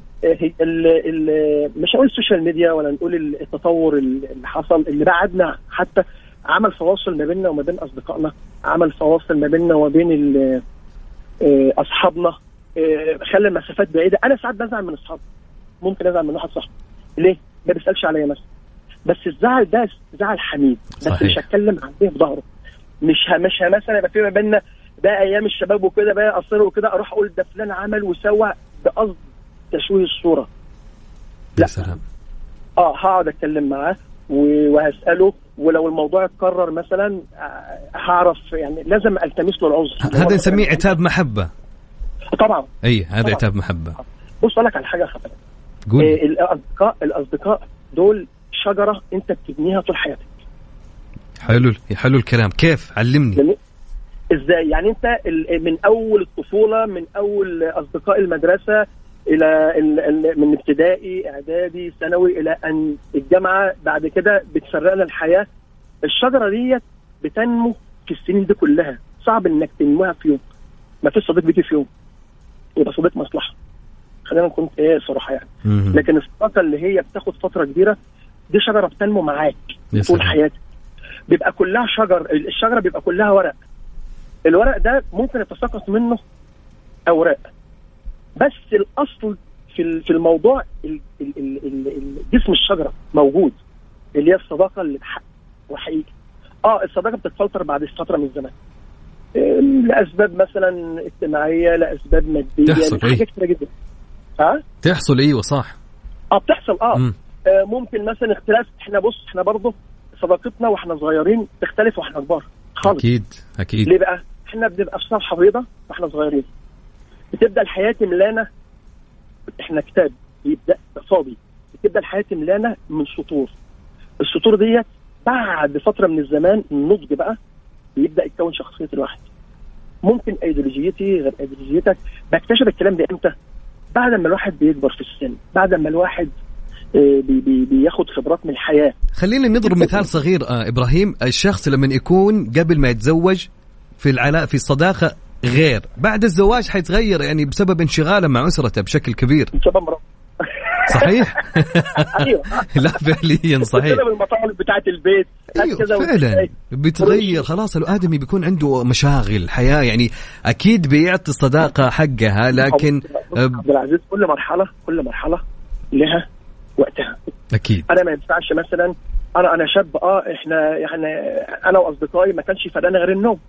S8: ال مش هقول السوشيال ميديا ولا نقول التطور اللي حصل اللي بعدنا، حتى عمل فواصل ما بيننا وما بين اصدقائنا، عمل فواصل ما بيننا وما بين اصحابنا، خلى المسافات بعيده. انا ساعات بزعل من اصحابي، ممكن ازعل من واحد صاحبي ليه ما بيسالش عليا مثلا، بس الزعل ده زعل حميد، بس صحيح. مش هتكلم عليه في ظهره، مش ه... مش ه... مثلا يبقى في ما بيننا ده ايام الشباب وكده بقى اقصر وكده اروح اقول ده فلان عمل وسوى بقصد تشويه الصوره.
S5: لا سلام.
S8: اه هقعد اتكلم معاه وهساله، ولو الموضوع اتكرر مثلا هعرف يعني لازم التمس له العذر.
S5: هذا نسميه عتاب محبه.
S8: طبعا
S5: اي هذا عتاب محبه.
S8: بص اقول لك على حاجه خطر.
S5: قول.
S8: إيه الاصدقاء الاصدقاء دول شجره انت بتبنيها طول حياتك.
S5: حلو حلو الكلام. كيف؟ علمني.
S8: يعني ازاي؟ يعني انت من اول الطفوله، من اول اصدقاء المدرسه الى من ابتدائي اعدادي ثانوي الى ان الجامعه، بعد كده بتفرقنا الحياه. الشجره ديت بتنمو في السنين دي كلها، صعب انك تنموها في يوم. ما فيش صديق بيجي في يوم يبقى صديق مصلحه، خلينا نكون ايه صراحه يعني. م- لكن الصداقه اللي هي بتاخد فتره كبيره دي شجره بتنمو معاك طول حياتك، بيبقى كلها شجر. الشجره بيبقى كلها ورق، الورق ده ممكن يتساقط منه اوراق، بس الاصل في في الموضوع جسم الشجره موجود، اللي هي الصداقه اللي بحق وحقيقي. اه الصداقه بتتفلتر بعد فتره من الزمن لاسباب مثلا اجتماعيه، لاسباب ماديه، حاجات كتير جدا. ها
S5: تحصل ايوه صح.
S8: اه بتحصل اه, آه ممكن مثلا اختلاف. احنا بص احنا برضه صداقتنا واحنا صغيرين تختلف واحنا كبار خالص.
S5: اكيد اكيد.
S8: ليه بقى؟ احنا بنبقى في صفحه بيضاء واحنا صغيرين، بتبدا الحياه ملانا. احنا كتاب بيبدا فاضي، بتبدا الحياه ملانا من سطور. السطور ديت بعد فتره من الزمان النضج بقى بيبدا يتكون شخصيه الواحد. ممكن ايديولوجيتي غير ايديولوجيتك. بكتشف الكلام ده امتى؟ بعد ما الواحد بيكبر في السن، بعد ما الواحد بي بي بياخد خبرات من الحياه.
S5: خلينا نضرب مثال صغير آه ابراهيم. الشخص لما يكون قبل ما يتزوج في العلاء في الصداقه غير، بعد الزواج حيتغير يعني بسبب انشغاله مع اسرته بشكل كبير. صحيح.
S8: ايوه
S5: لا فعليا صحيح.
S8: بسبب المطالب بتاعه البيت.
S5: أيوة فعلا بيتغير خلاص. الآدمي بيكون عنده مشاغل حياه يعني اكيد بيعطي الصداقه حقها. لكن
S8: عبد العزيز كل مرحله كل مرحله لها وقتها.
S5: اكيد
S8: انا ما ينفعش مثلا انا انا شاب اه احنا يعني انا واصدقائي ما كانش فرقنا غير النوم.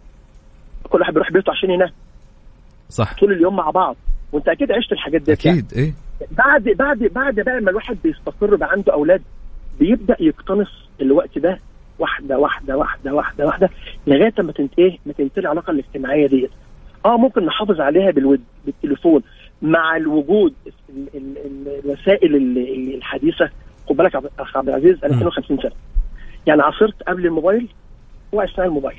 S8: كل واحد بيروح بيته عشان ينام.
S5: صح.
S8: طول اليوم مع بعض. وانت اكيد عشت الحاجات دي.
S5: اكيد
S8: يعني.
S5: ايه
S8: بعد بعد بعد بقى ما الواحد بيستقر بقى عنده اولاد بيبدا يقتنص الوقت ده واحده واحده واحده واحده واحده لغايه ما تنتهي ما تنتهي العلاقه الاجتماعيه دي. اه ممكن نحافظ عليها بالود بالتليفون مع الوجود ال ال ال الوسائل الحديثه. خد بالك اخ عبد العزيز انا اثنين وخمسين سنه يعني عاصرت قبل الموبايل واثناء الموبايل.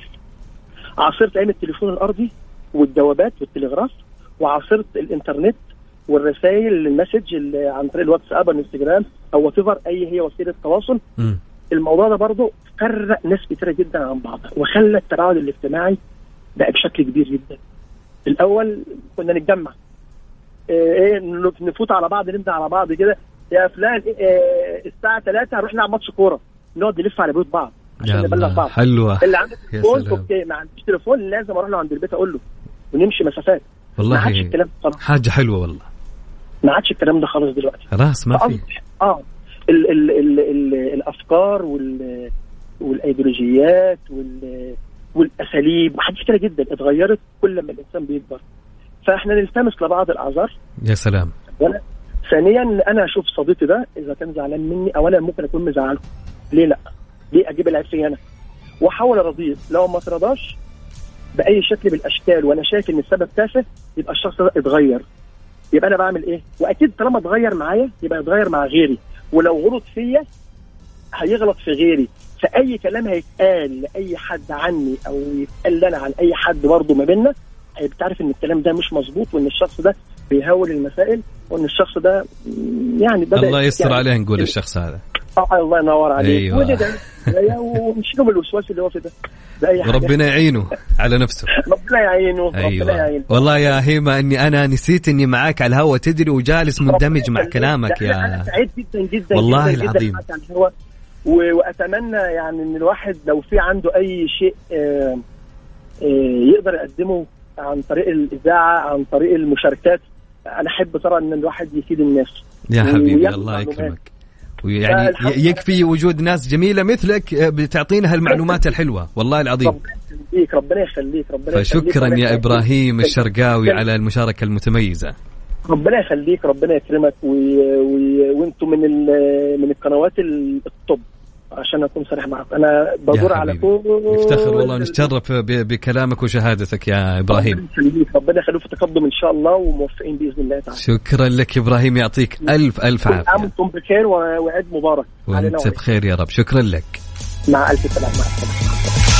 S8: عاصرت ايام التليفون الارضي والدوابات والتلغراف، وعاصرت الانترنت والرسائل المسج عن طريق الواتساب والانستجرام او واتيفر اي هي وسيله تواصل. م. الموضوع ده برضه فرق ناس كتيره جدا عن بعضها وخلى التباعد الاجتماعي بقى بشكل كبير جدا. الاول كنا نتجمع ايه نفوت على بعض نمضي على بعض كده يا فلان إيه الساعه ثلاثة هنروح نلعب ماتش كوره نقعد نلف على بيوت بعض عشان نبلغ بعض.
S5: حلوه.
S8: اللي عنده تليفون اوكي ما عنديش تليفون لازم اروح له عند البيت اقول له ونمشي مسافات.
S5: والله حاجه حلوه والله.
S8: ما عادش الكلام ده خالص دلوقتي.
S5: خلاص ما في.
S8: اه ال ال ال ال الافكار وال والايديولوجيات وال والاساليب وحاجات كتيره جدا اتغيرت كل ما الانسان بيكبر. فاحنا نلتمس لبعض الاعذار.
S5: يا سلام.
S8: ولا ثانيا انا اشوف صديقي ده اذا كان زعلان مني او انا ممكن اكون مزعله. ليه لا؟ ليه اجيب العيب فيا انا؟ واحاول ارضيه. لو ما ترضاش باي شكل من الاشكال وانا شايف ان السبب تافه يبقى الشخص ده اتغير. يبقى انا بعمل ايه؟ واكيد طالما اتغير معايا يبقى يتغير مع غيري. ولو غلط فيا هيغلط في غيري. فاي كلام هيتقال لاي حد عني او يتقال لنا عن اي حد برضه ما بيننا هيبقى تعرف ان الكلام ده مش مظبوط وان الشخص ده بيهول المسائل وان الشخص ده يعني بدأ
S5: الله يستر
S8: يعني
S5: عليه نقول الشخص هذا.
S8: اه الله ينور عليك.
S5: أيوة.
S8: وده ونشيله من الوسواس اللي هو في ده.
S5: ربنا يعينه على نفسه.
S8: ربنا يعينه.
S5: أيوة.
S8: ربنا يعينه.
S5: والله يا هيما اني انا نسيت اني معاك على الهواء تدري وجالس مندمج مع كلامك يا
S8: انا سعيد جدا جدا
S5: والله
S8: جداً
S5: العظيم
S8: جداً على الهواء. واتمنى يعني ان الواحد لو في عنده اي شيء آآ آآ يقدر يقدمه عن طريق الاذاعه عن طريق المشاركات. انا احب ترى ان الواحد يفيد الناس
S5: يا حبيبي. الله يكرمك. ويعني يكفي وجود ناس جميله مثلك بتعطينا هالمعلومات الحلوه والله العظيم.
S8: ربنا يخليك ربنا يخليك ربنا يخليك.
S5: فشكرا يا ابراهيم الشرقاوي على المشاركه المتميزه.
S8: ربنا يخليك ربنا يكرمك وانتم من من القنوات الطب عشان اكون صريح معك. انا بدور على كل
S5: نفتخر والله ونتشرف بكلامك وشهادتك يا ابراهيم.
S8: ربنا يخليك في تقدم ان شاء الله وموفقين باذن الله تعالى.
S5: شكرا لك ابراهيم يعطيك الف الف عافيه.
S8: انتم بخير وعيد مبارك.
S5: وانت بخير يا رب. شكرا لك.
S8: مع الف سلامه. مع السلامه.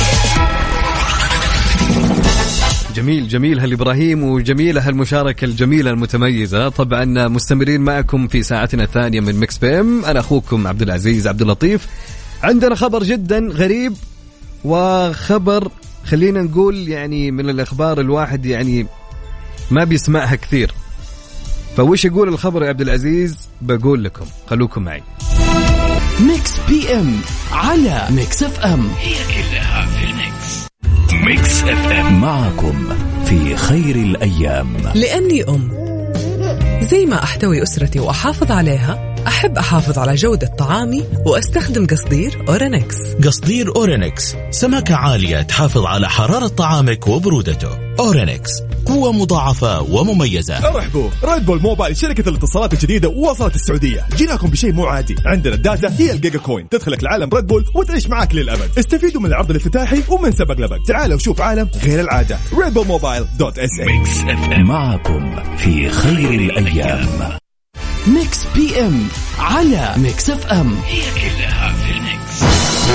S5: جميل جميل هالإبراهيم وجميلة هالمشاركة الجميلة المتميزة. طبعا مستمرين معكم في ساعتنا الثانية من ميكس بي ام. أنا أخوكم عبد العزيز عبد اللطيف. عندنا خبر جدا غريب وخبر خلينا نقول يعني من الأخبار الواحد يعني ما بيسمعها كثير. فوش يقول الخبر يا عبد العزيز؟ بقول لكم خلوكم معي.
S1: ميكس بي ام على ميكس اف ام.
S4: هي كلها في الميكس. ميكس اف ام
S1: معكم في خير الأيام.
S9: لأني أم زي ما أحتوي أسرتي وأحافظ عليها أحب أحافظ على جودة طعامي وأستخدم قصدير أورينكس.
S10: قصدير أورينكس سمكة عالية تحافظ على حرارة طعامك وبرودته. أورينكس قوة مضاعفة ومميزة.
S11: ارحبوا ريد بول موبايل شركة الاتصالات الجديدة وصلت السعودية. جيناكم بشيء مو عادي. عندنا الداتا هي الجيجا كوين تدخلك لعالم ريد بول وتعيش معك للأبد. استفيدوا من العرض الافتتاحي ومن سبق لبق. تعالوا وشوف عالم غير العادة. ريد بول موبايل دوت اس اي.
S1: معكم في خير الأيام. ميكس بي ام على ميكس اف ام.
S4: هي كلها في الميكس.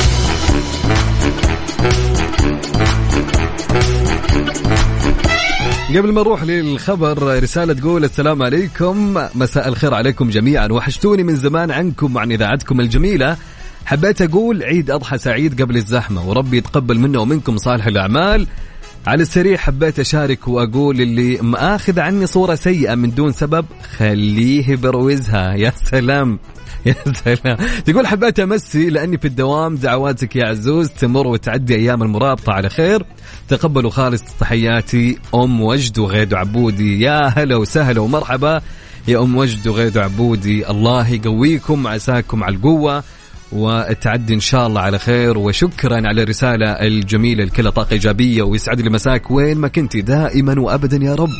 S5: قبل ما نروح للخبر رسالة تقول السلام عليكم، مساء الخير عليكم جميعا، وحشتوني من زمان عنكم وعن إذاعتكم الجميلة. حبيت أقول عيد أضحى سعيد قبل الزحمة، وربي يتقبل منا ومنكم صالح الأعمال. على السريع حبيت أشارك وأقول اللي مآخذ عني صورة سيئة من دون سبب خليه بروزها. يا سلام يا سلام. تقول حبيت أمسي لأني في الدوام، دعواتك يا عزوز تمر وتعدي أيام المرابطة على خير. تقبلوا خالص تحياتي أم وجد وغيد عبودي. يا هلا وسهلا ومرحبا يا أم وجد وغيد عبودي، الله يقويكم وعساكم على القوة وتعدي إن شاء الله على خير. وشكرا على الرسالة الجميلة، الكل طاقة إيجابية ويسعد لي مساك وين ما كنتي دائما وأبدا يا رب.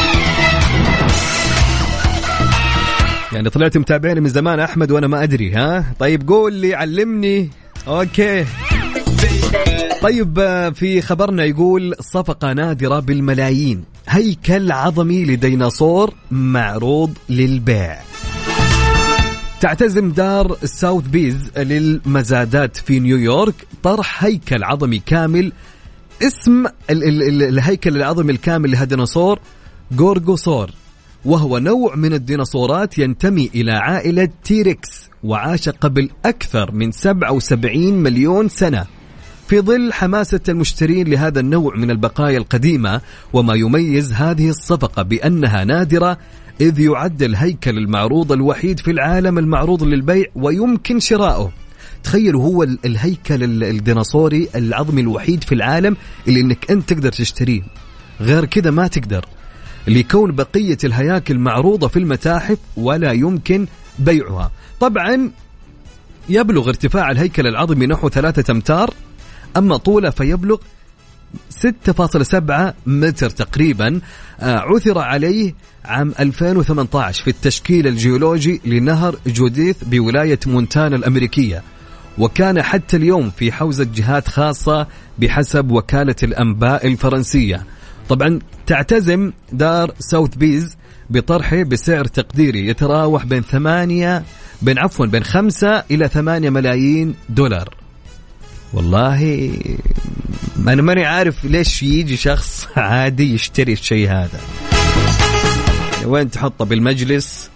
S5: يعني طلعت متابعيني من زمان أحمد وأنا ما أدري. ها طيب قول لي علمني. أوكي طيب في خبرنا يقول صفقة نادرة بالملايين، هيكل عظمي لديناصور معروض للبيع. تعتزم دار ساوث بيز للمزادات في نيويورك طرح هيكل عظمي كامل. اسم ال ال ال الهيكل العظمي الكامل لهالديناصور غورغوسور، وهو نوع من الديناصورات ينتمي إلى عائلة تيركس، وعاش قبل أكثر من سبعة وسبعين مليون سنة. في ظل حماسة المشترين لهذا النوع من البقايا القديمة، وما يميز هذه الصفقة بأنها نادرة، إذ يعد الهيكل المعروض الوحيد في العالم المعروض للبيع ويمكن شراؤه. تخيلوا هو الهيكل الديناصوري العظمي الوحيد في العالم اللي إنك أنت تقدر تشتريه، غير كذا ما تقدر، لكون بقية الهياكل معروضة في المتاحف ولا يمكن بيعها. طبعا يبلغ ارتفاع الهيكل العظمي نحو ثلاثة أمتار، أما طوله فيبلغ ستة فاصلة سبعة متر تقريبا. عثر عليه عام ألفين وثمانية عشر في التشكيل الجيولوجي لنهر جوديث بولاية مونتانا الأمريكية، وكان حتى اليوم في حوزة جهات خاصة بحسب وكالة الأنباء الفرنسية. طبعا تعتزم دار ساوث بيز بطرحه بسعر تقديري يتراوح بين ثمانية بين عفوا بين خمسة إلى ثمانية ملايين دولار. والله أنا ماني عارف ليش يجي شخص عادي يشتري الشيء هذا، وين تحطه بالمجلس؟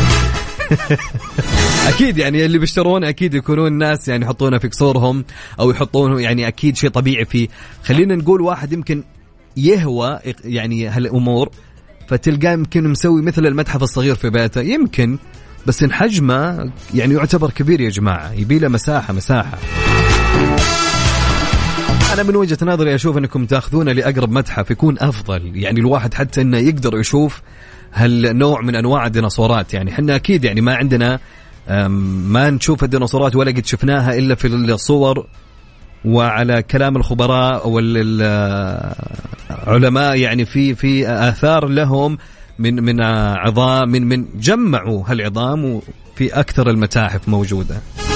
S5: أكيد يعني اللي بيشترون أكيد يكونون ناس يعني يحطونه في قصورهم أو يحطونه، يعني أكيد شيء طبيعي فيه. خلينا نقول واحد يمكن يهوى يعني هالأمور، فتلقاه يمكن مسوي مثل المتحف الصغير في بيته يمكن، بس إن حجمه يعني يعتبر كبير يا جماعة، يبي له مساحة مساحة. أنا من وجهة نظري أشوف أنكم تأخذونه لأقرب متحف يكون أفضل، يعني الواحد حتى أنه يقدر يشوف هالنوع من أنواع الديناصورات. يعني حنا أكيد يعني ما عندنا ما نشوف الديناصورات ولا قد شفناها إلا في الصور، وعلى كلام الخبراء والعلماء يعني في في آثار لهم من من عظام من من جمعوا هالعظام وفي أكثر المتاحف موجودة.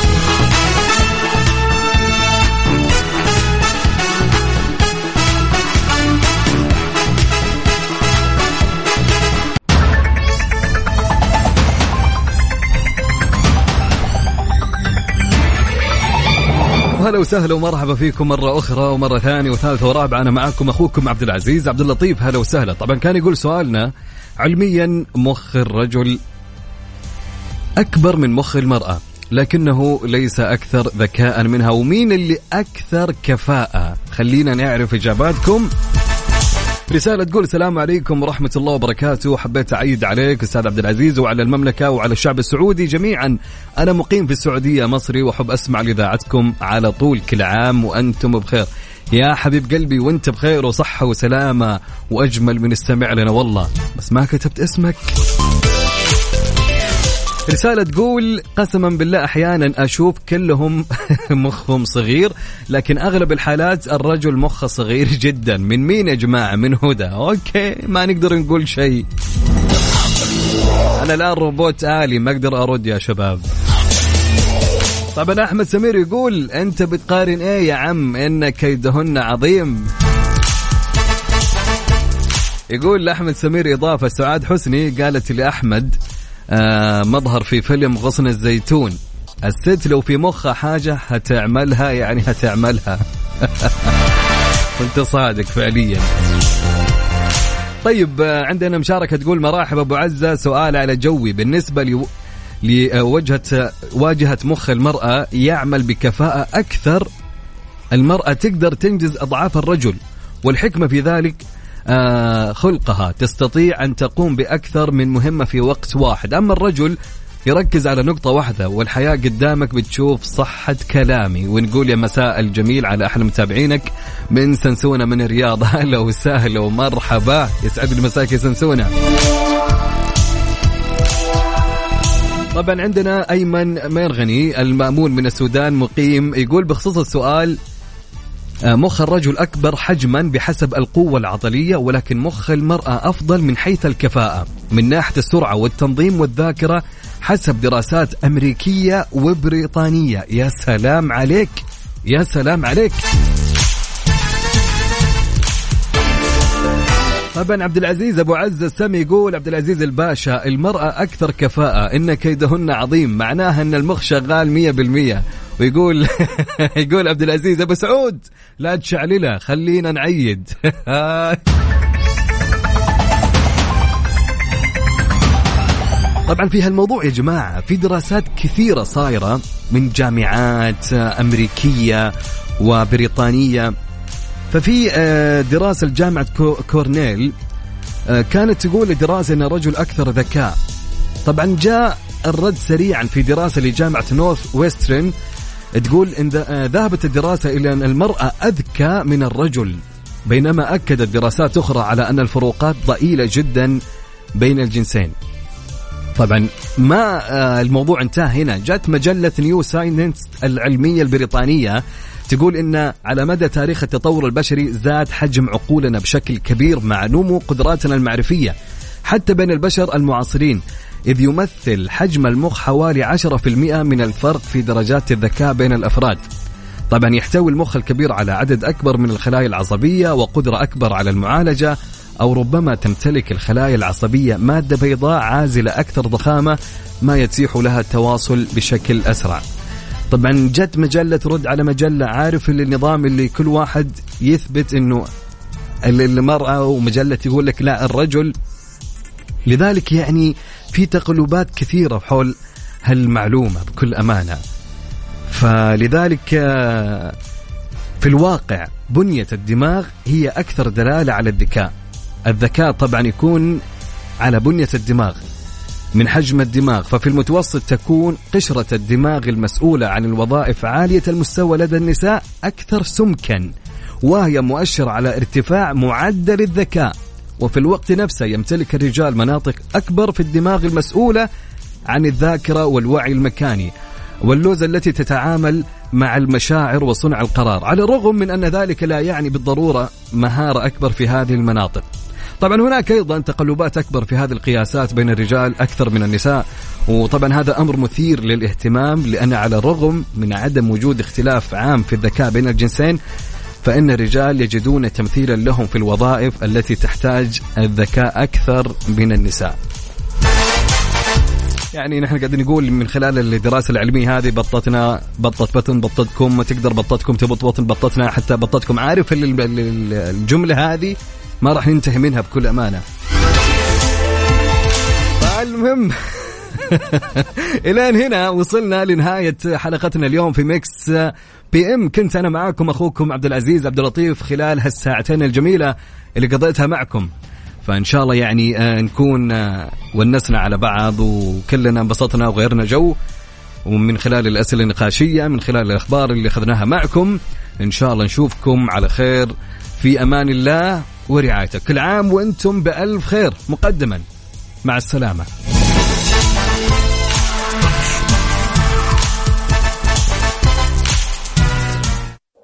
S5: هلا وسهلا ومرحبا فيكم مرة أخرى ومرة ثانية وثالثة ورابعة. أنا معكم أخوكم عبد العزيز عبد اللطيف. هلا وسهلا. طبعا كان يقول سؤالنا علميا مخ الرجل أكبر من مخ المرأة، لكنه ليس أكثر ذكاء منها. ومين اللي أكثر كفاءة؟ خلينا نعرف إجاباتكم. رسالة تقول السلام عليكم ورحمة الله وبركاته، حبيت أعيد عليك أستاذ عبد العزيز وعلى المملكة وعلى الشعب السعودي جميعا. أنا مقيم في السعودية مصري وأحب أسمع لإذاعتكم على طول، كل عام وأنتم بخير. يا حبيب قلبي وأنت بخير وصحة وسلامة، وأجمل من استمع لنا والله، بس ما كتبت اسمك. رسالة تقول قسما بالله أحيانا أشوف كلهم مخهم صغير، لكن أغلب الحالات الرجل مخه صغير جدا. من مين يا جماعة؟ من هدى. أوكي ما نقدر نقول شيء، أنا الآن روبوت آلي ما أقدر أرد يا شباب. طبعا أحمد سمير يقول أنت بتقارن إيه يا عم، إن كيدهن عظيم. يقول لأحمد سمير إضافة سعاد حسني قالت لأحمد آه مظهر في فيلم غصن الزيتون الست لو في مخها حاجة هتعملها، يعني هتعملها. كنت صادق فعليا. طيب عندنا مشاركة تقول مرحبا أبو عزة، سؤال على جوي بالنسبة لي لوجهة واجهة مخ المرأة يعمل بكفاءة أكثر. المرأة تقدر تنجز أضعاف الرجل، والحكمة في ذلك آه خلقها تستطيع أن تقوم بأكثر من مهمة في وقت واحد. أما الرجل يركز على نقطة واحدة، والحياة قدامك بتشوف صحة كلامي. ونقول يا مساء الجميل على أحلى متابعينك من سنسونة من الرياض. هلا وسهلا ومرحبا، يسعد المساك يا سنسونة. طبعا عندنا أيمن ميرغني المأمون من السودان مقيم، يقول بخصوص السؤال مخ الرجل أكبر حجما بحسب القوة العضلية، ولكن مخ المرأة أفضل من حيث الكفاءة من ناحية السرعة والتنظيم والذاكرة حسب دراسات أمريكية وبريطانية. يا سلام عليك، يا سلام عليك. طبعا عبد العزيز أبو عز السمي يقول عبد العزيز الباشا المرأة أكثر كفاءة، إن كيدهن عظيم، معناها أن المخ شغال مية بالمية. ويقول يقول عبد العزيز أبو سعود لا تشعلله، خلينا نعيد. طبعا في هالموضوع يا جماعة في دراسات كثيرة صايرة من جامعات أمريكية وبريطانية. ففي دراسة لجامعة كورنيل كانت تقول دراسة أن الرجل أكثر ذكاء. طبعا جاء الرد سريعا في دراسة لجامعة نورث ويسترن تقول إن ذهبت الدراسة إلى أن المرأة أذكى من الرجل، بينما أكدت دراسات أخرى على أن الفروقات ضئيلة جدا بين الجنسين. طبعا ما الموضوع انتهى هنا، جاءت مجلة نيو ساينس العلمية البريطانية تقول إن على مدى تاريخ التطور البشري زاد حجم عقولنا بشكل كبير مع نمو قدراتنا المعرفية حتى بين البشر المعاصرين، إذ يمثل حجم المخ حوالي عشرة بالمئة من الفرق في درجات الذكاء بين الأفراد. طبعا يحتوي المخ الكبير على عدد أكبر من الخلايا العصبية وقدرة أكبر على المعالجة، أو ربما تمتلك الخلايا العصبية مادة بيضاء عازلة أكثر ضخامة ما يتيح لها التواصل بشكل أسرع. طبعا جت مجلة ترد على مجلة، عارف النظام اللي كل واحد يثبت إنه المرأة، ومجلة يقول لك لا الرجل. لذلك يعني في تقلبات كثيرة حول هالمعلومة بكل أمانة. فلذلك في الواقع بنية الدماغ هي أكثر دلالة على الذكاء. الذكاء طبعا يكون على بنية الدماغ من حجم الدماغ. ففي المتوسط تكون قشرة الدماغ المسؤولة عن الوظائف عالية المستوى لدى النساء أكثر سمكا، وهي مؤشر على ارتفاع معدل الذكاء. وفي الوقت نفسه يمتلك الرجال مناطق أكبر في الدماغ المسؤولة عن الذاكرة والوعي المكاني واللوزة التي تتعامل مع المشاعر وصنع القرار، على الرغم من أن ذلك لا يعني بالضرورة مهارة أكبر في هذه المناطق. طبعا هناك أيضا تقلبات أكبر في هذه القياسات بين الرجال أكثر من النساء، وطبعا هذا أمر مثير للاهتمام، لأن على الرغم من عدم وجود اختلاف عام في الذكاء بين الجنسين، فإن الرجال يجدون تمثيلا لهم في الوظائف التي تحتاج الذكاء أكثر من النساء. يعني نحن قاعدين نقول من خلال الدراسة العلمية هذه بطتنا بطت بطن بطتكم، تقدر بطتكم تبط بطن بطتنا حتى بطتكم. عارف الجملة هذه ما راح ننتهي منها بكل أمانة. فالمهم الآن هنا وصلنا لنهاية حلقتنا اليوم في ميكس بي ام. كنت أنا معاكم أخوكم عبد العزيز عبد اللطيف خلال هالساعتين الجميلة اللي قضيتها معكم. فإن شاء الله يعني نكون ونسنا على بعض وكلنا انبسطنا وغيرنا جو، ومن خلال الأسئلة النقاشية من خلال الأخبار اللي أخذناها معكم. إن شاء الله نشوفكم على خير في أمان الله ورعايته. كل عام وأنتم بألف خير. مقدما مع السلامة.